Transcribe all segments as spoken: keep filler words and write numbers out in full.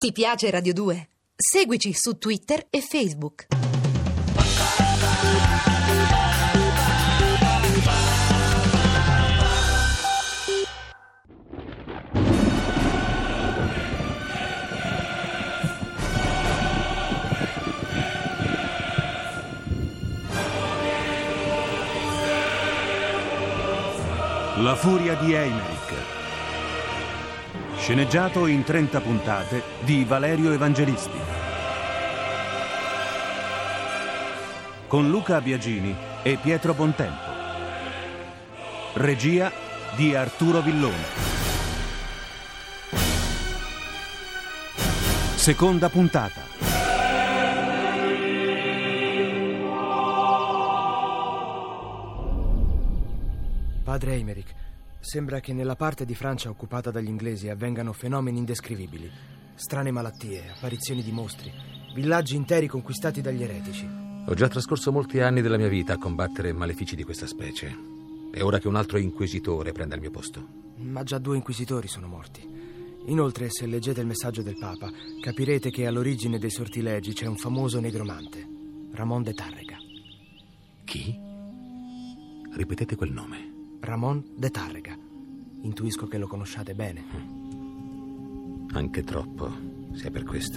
Ti piace Radio due? Seguici su Twitter e Facebook. La furia di Eimerick. Sceneggiato in trenta puntate di Valerio Evangelisti. Con Luca Biagini e Pietro Bontempo. Regia di Arturo Villone. Seconda puntata. Padre Eimerick, sembra che nella parte di Francia occupata dagli inglesi avvengano fenomeni indescrivibili. Strane malattie, apparizioni di mostri, villaggi interi conquistati dagli eretici. Ho già trascorso molti anni della mia vita a combattere malefici di questa specie. È ora che un altro inquisitore prenda il mio posto. Ma già due inquisitori sono morti. Inoltre, se leggete il messaggio del Papa, capirete che all'origine dei sortilegi c'è un famoso negromante, Ramon de Tárrega. Chi? Ripetete quel nome. Ramon de Tárrega. Intuisco che lo conosciate bene. Anche troppo, sia per questo.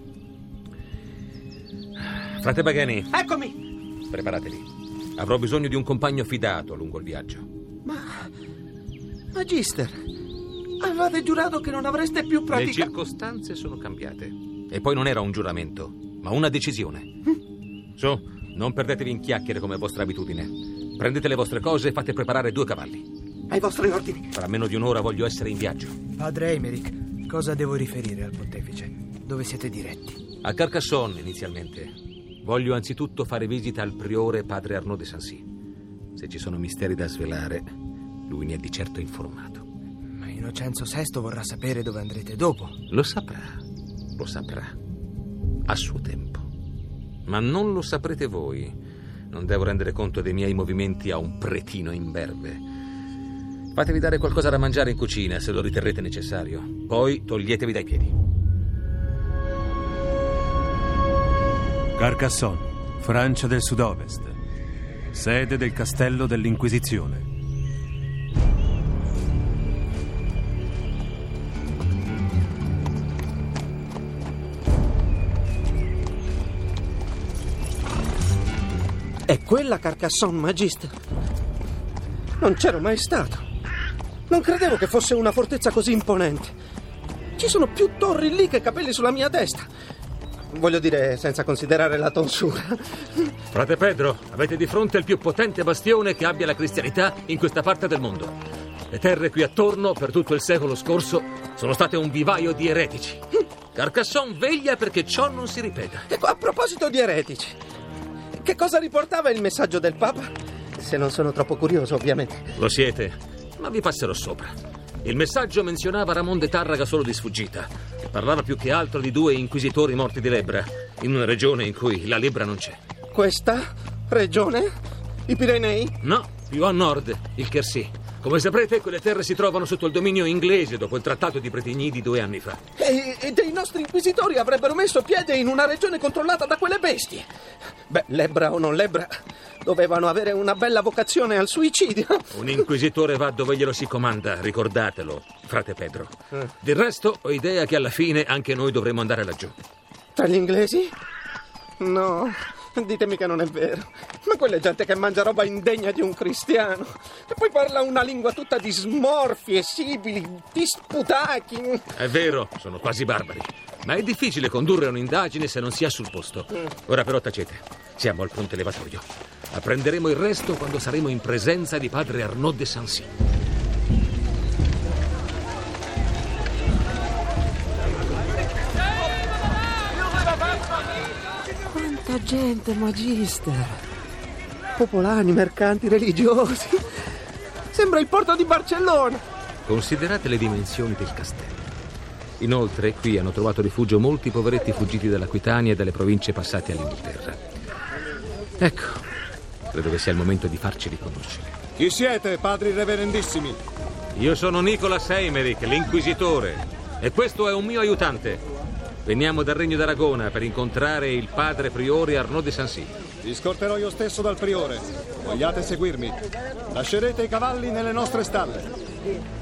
Frate Pagani. Eccomi! Preparatevi. Avrò bisogno di un compagno fidato lungo il viaggio. Ma... Magister, avevate giurato che non avreste più Le praticato... circostanze sono cambiate. E poi non era un giuramento, ma una decisione. Mm. Su, non perdetevi in chiacchiere come vostra abitudine. Prendete le vostre cose e fate preparare due cavalli. Ai vostri ordini. Fra meno di un'ora voglio essere in viaggio. Padre Eimerick, cosa devo riferire al pontefice? Dove siete diretti? A Carcassonne, inizialmente. Voglio anzitutto fare visita al priore padre Arnaud de Sancy. Se ci sono misteri da svelare, lui ne è di certo informato. Ma Innocenzo sesto vorrà sapere dove andrete dopo. Lo saprà, lo saprà. A suo tempo. Ma non lo saprete voi. Non devo rendere conto dei miei movimenti a un pretino imberbe. Fatevi dare qualcosa da mangiare in cucina, se lo riterrete necessario. Poi toglietevi dai piedi. Carcassonne, Francia del Sud-Ovest. Sede del castello dell'Inquisizione. È quella Carcassonne, Magister? Non c'ero mai stato. Non credevo che fosse una fortezza così imponente. Ci sono più torri lì che capelli sulla mia testa. Voglio dire, senza considerare la tonsura. Frate Pedro, avete di fronte il più potente bastione che abbia la cristianità in questa parte del mondo. Le terre qui attorno, per tutto il secolo scorso, sono state un vivaio di eretici. Carcassonne veglia perché ciò non si ripeta. E a proposito di eretici, che cosa riportava il messaggio del Papa? Se non sono troppo curioso, ovviamente. Lo siete, ma vi passerò sopra. Il messaggio menzionava Ramon de Tárrega solo di sfuggita. Parlava più che altro di due inquisitori morti di lebbra, in una regione in cui la lebbra non c'è. Questa regione? I Pirenei? No, più a nord, il Quercy. Come saprete, quelle terre si trovano sotto il dominio inglese dopo il trattato di Bretigny di due anni fa. E, e dei nostri inquisitori avrebbero messo piede in una regione controllata da quelle bestie. Beh, lebbra o non lebbra, dovevano avere una bella vocazione al suicidio. Un inquisitore va dove glielo si comanda, ricordatelo, frate Pedro. Eh. Del resto, ho idea che alla fine anche noi dovremo andare laggiù. Tra gli inglesi? No, ditemi che non è vero. Ma quella è gente che mangia roba indegna di un cristiano. E poi parla una lingua tutta di smorfi e sibili, di sputacchi. È vero, sono quasi barbari. Ma è difficile condurre un'indagine se non si è sul posto. Ora però tacete. Siamo al ponte levatoio. Apprenderemo il resto quando saremo in presenza di padre Arnaud de Sancy. Quanta gente, Magister. Popolani, mercanti, religiosi. Sembra il porto di Barcellona. Considerate le dimensioni del castello. Inoltre, qui hanno trovato rifugio molti poveretti fuggiti dall'Aquitania e dalle province passate all'Inghilterra. Ecco, credo che sia il momento di farceli conoscere. Chi siete, padri reverendissimi? Io sono Nicolas Eimerick, l'inquisitore, e questo è un mio aiutante. Veniamo dal Regno d'Aragona per incontrare il padre priore Arnaud de Sancy. Vi scorterò io stesso dal priore. Vogliate seguirmi? Lascerete i cavalli nelle nostre stalle.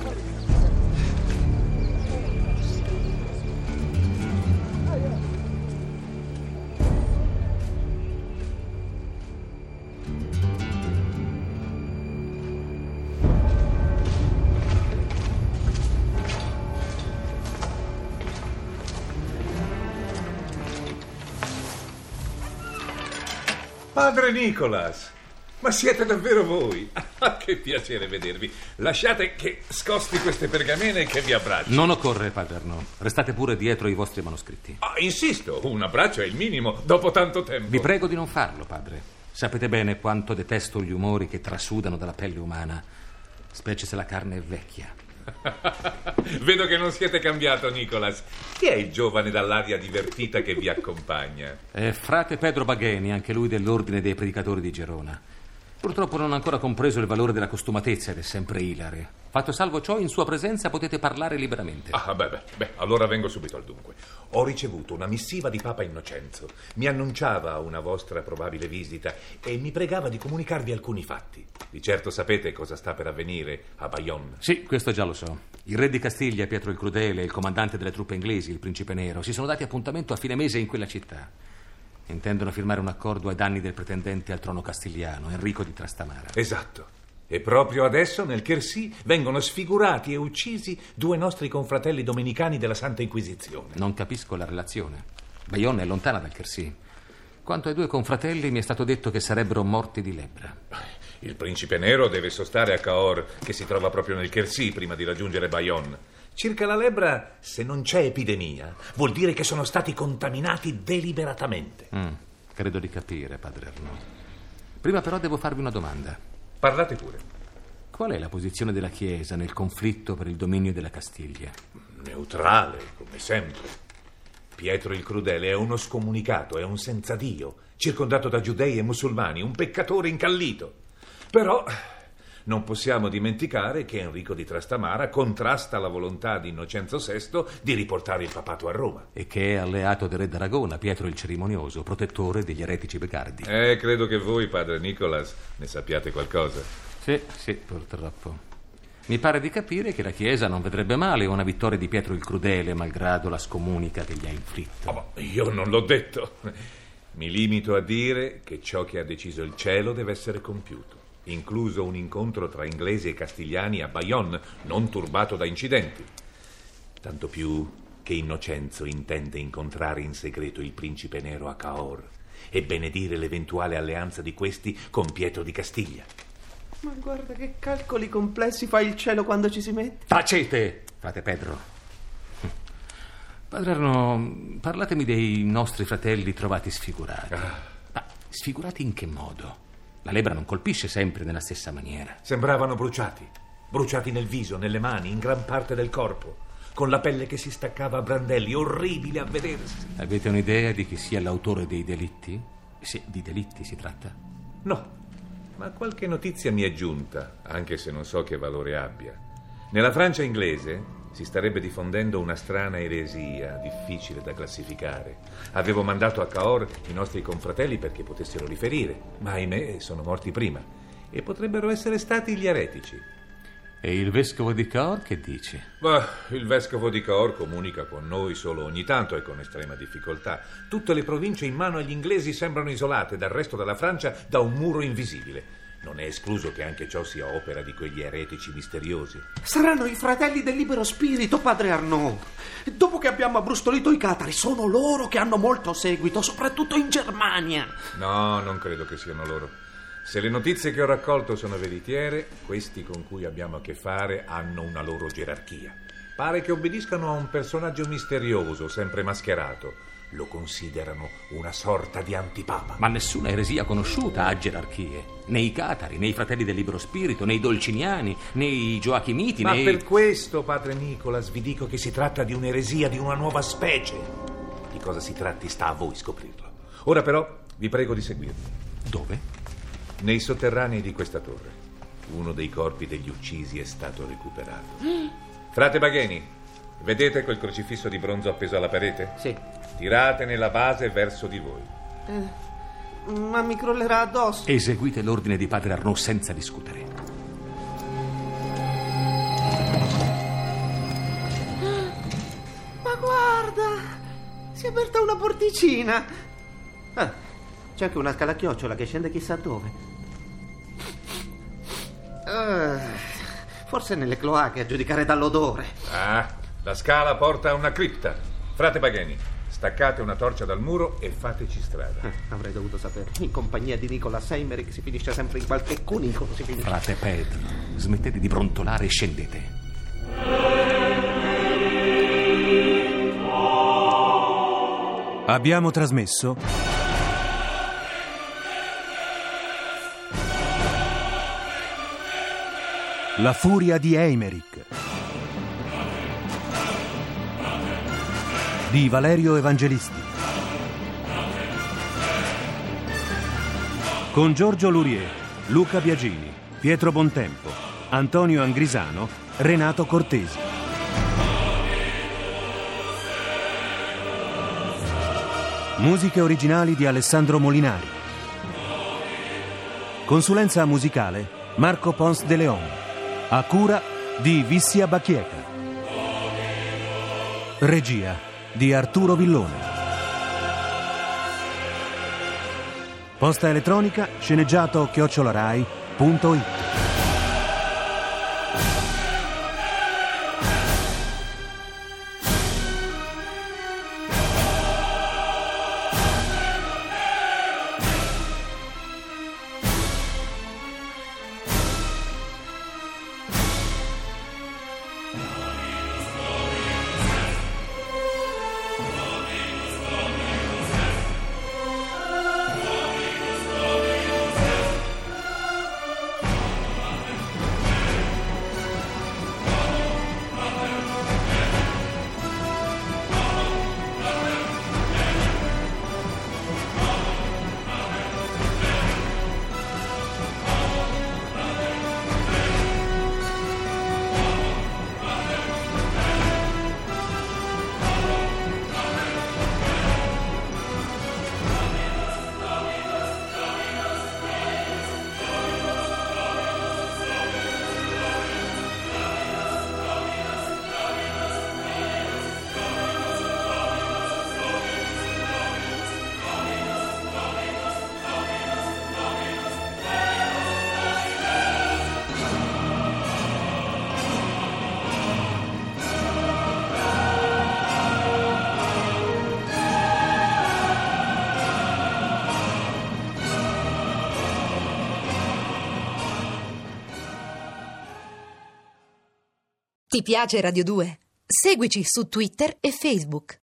Padre Nicolas, ma siete davvero voi? Ah, che piacere vedervi. Lasciate che scosti queste pergamene e che vi abbracci. Non occorre, padre Arnaud. Restate pure dietro i vostri manoscritti. Ah, insisto, un abbraccio è il minimo dopo tanto tempo. Vi prego di non farlo, padre. Sapete bene quanto detesto gli umori che trasudano dalla pelle umana, specie se la carne è vecchia. Vedo che non siete cambiato, Nicolas. Chi è il giovane dall'aria divertita che vi accompagna? È frate Pedro Bagheni, anche lui dell'ordine dei predicatori di Gerona. Purtroppo non ha ancora compreso il valore della costumatezza ed è sempre ilare. Fatto salvo ciò, in sua presenza potete parlare liberamente. Ah, beh, beh, beh, allora vengo subito al dunque. Ho ricevuto una missiva di Papa Innocenzo. Mi annunciava una vostra probabile visita e mi pregava di comunicarvi alcuni fatti. Di certo sapete cosa sta per avvenire a Bayonne. Sì, questo già lo so. Il re di Castiglia, Pietro il Crudele, e il comandante delle truppe inglesi, il principe Nero, si sono dati appuntamento a fine mese in quella città. Intendono firmare un accordo ai danni del pretendente al trono castigliano, Enrico di Trastamara. Esatto. E proprio adesso nel Quercy vengono sfigurati e uccisi due nostri confratelli domenicani della Santa Inquisizione. Non capisco la relazione. Bayonne è lontana dal Quercy. Quanto ai due confratelli mi è stato detto che sarebbero morti di lebbra. Il principe Nero deve sostare a Cahors, che si trova proprio nel Quercy, prima di raggiungere Bayonne. Circa la lebbra, se non c'è epidemia, vuol dire che sono stati contaminati deliberatamente. Mm, credo di capire, padre Arnaud. Prima però devo farvi una domanda. Parlate pure. Qual è la posizione della Chiesa nel conflitto per il dominio della Castiglia? Neutrale, come sempre. Pietro il Crudele è uno scomunicato, è un senza Dio, circondato da giudei e musulmani, un peccatore incallito. Però non possiamo dimenticare che Enrico di Trastamara contrasta la volontà di Innocenzo sesto di riportare il papato a Roma. E che è alleato del re d'Aragona, Pietro il Cerimonioso, protettore degli eretici begardi. Eh, credo che voi, padre Nicolas, ne sappiate qualcosa. Sì, sì, purtroppo. Mi pare di capire che la Chiesa non vedrebbe male una vittoria di Pietro il Crudele, malgrado la scomunica che gli ha inflitto. Oh, ma io non l'ho detto. Mi limito a dire che ciò che ha deciso il cielo deve essere compiuto, incluso un incontro tra inglesi e castigliani a Bayonne, non turbato da incidenti. Tanto più che Innocenzo intende incontrare in segreto il principe Nero a Cahors e benedire l'eventuale alleanza di questi con Pietro di Castiglia. Ma guarda che calcoli complessi fa il cielo quando ci si mette. Tacete, frate Pedro. Padre Arnaud, parlatemi dei nostri fratelli trovati sfigurati. Ah. Ma sfigurati in che modo? La lebbra non colpisce sempre nella stessa maniera. Sembravano bruciati, bruciati nel viso, nelle mani, in gran parte del corpo, con la pelle che si staccava a brandelli, orribile a vedersi. Avete un'idea di chi sia l'autore dei delitti? Se di delitti si tratta? No, ma qualche notizia mi è giunta, anche se non so che valore abbia. Nella Francia inglese si starebbe diffondendo una strana eresia, difficile da classificare. Avevo mandato a Cahors i nostri confratelli perché potessero riferire, ma ahimè sono morti prima. E potrebbero essere stati gli eretici. E il vescovo di Cahors che dice? Bah, il vescovo di Cahors comunica con noi solo ogni tanto e con estrema difficoltà. Tutte le province in mano agli inglesi sembrano isolate dal resto della Francia da un muro invisibile. Non è escluso che anche ciò sia opera di quegli eretici misteriosi. Saranno i fratelli del libero spirito, padre Arnaud. Dopo che abbiamo abbrustolito i catari, sono loro che hanno molto seguito, soprattutto in Germania. No, non credo che siano loro. Se le notizie che ho raccolto sono veritiere, questi con cui abbiamo a che fare hanno una loro gerarchia. Pare che obbediscano a un personaggio misterioso, sempre mascherato. Lo considerano una sorta di antipapa. Ma nessuna eresia conosciuta ha gerarchie. Né i catari, né i fratelli del libero spirito, né i dolciniani, né i gioachimiti, Ma né... per questo, padre Nicolas, vi dico che si tratta di un'eresia di una nuova specie. Di cosa si tratti sta a voi scoprirlo. Ora però vi prego di seguirmi. Dove? Nei sotterranei di questa torre. Uno dei corpi degli uccisi è stato recuperato. Frate Bagheni, Vedete quel crocifisso di bronzo appeso alla parete? Sì. Tirate nella base verso di voi. Eh, ma mi crollerà addosso. Eseguite l'ordine di padre Arnaud senza discutere. Ma guarda, si è aperta una porticina. Ah, c'è anche una scala a chiocciola che scende chissà dove. Ah, forse nelle cloache, a giudicare dall'odore. Ah, la scala porta a una cripta. Frate Bagheni, staccate una torcia dal muro e fateci strada. Eh, avrei dovuto sapere. In compagnia di Nicolas Eimerick si finisce sempre in qualche cunicolo. Si finisce. Frate Pedro, smettete di brontolare e scendete. Abbiamo trasmesso La furia di Eimerick di Valerio Evangelisti, con Giorgio Lurier, Luca Biagini, Pietro Bontempo, Antonio Angrisano, Renato Cortesi. Musiche originali di Alessandro Molinari. Consulenza musicale Marco Pons de Leon, a cura di Vissia Bacchieca. Regia di Arturo Villone. Posta elettronica sceneggiato chiocciolarai punto it. Ti piace Radio due? Seguici su Twitter e Facebook.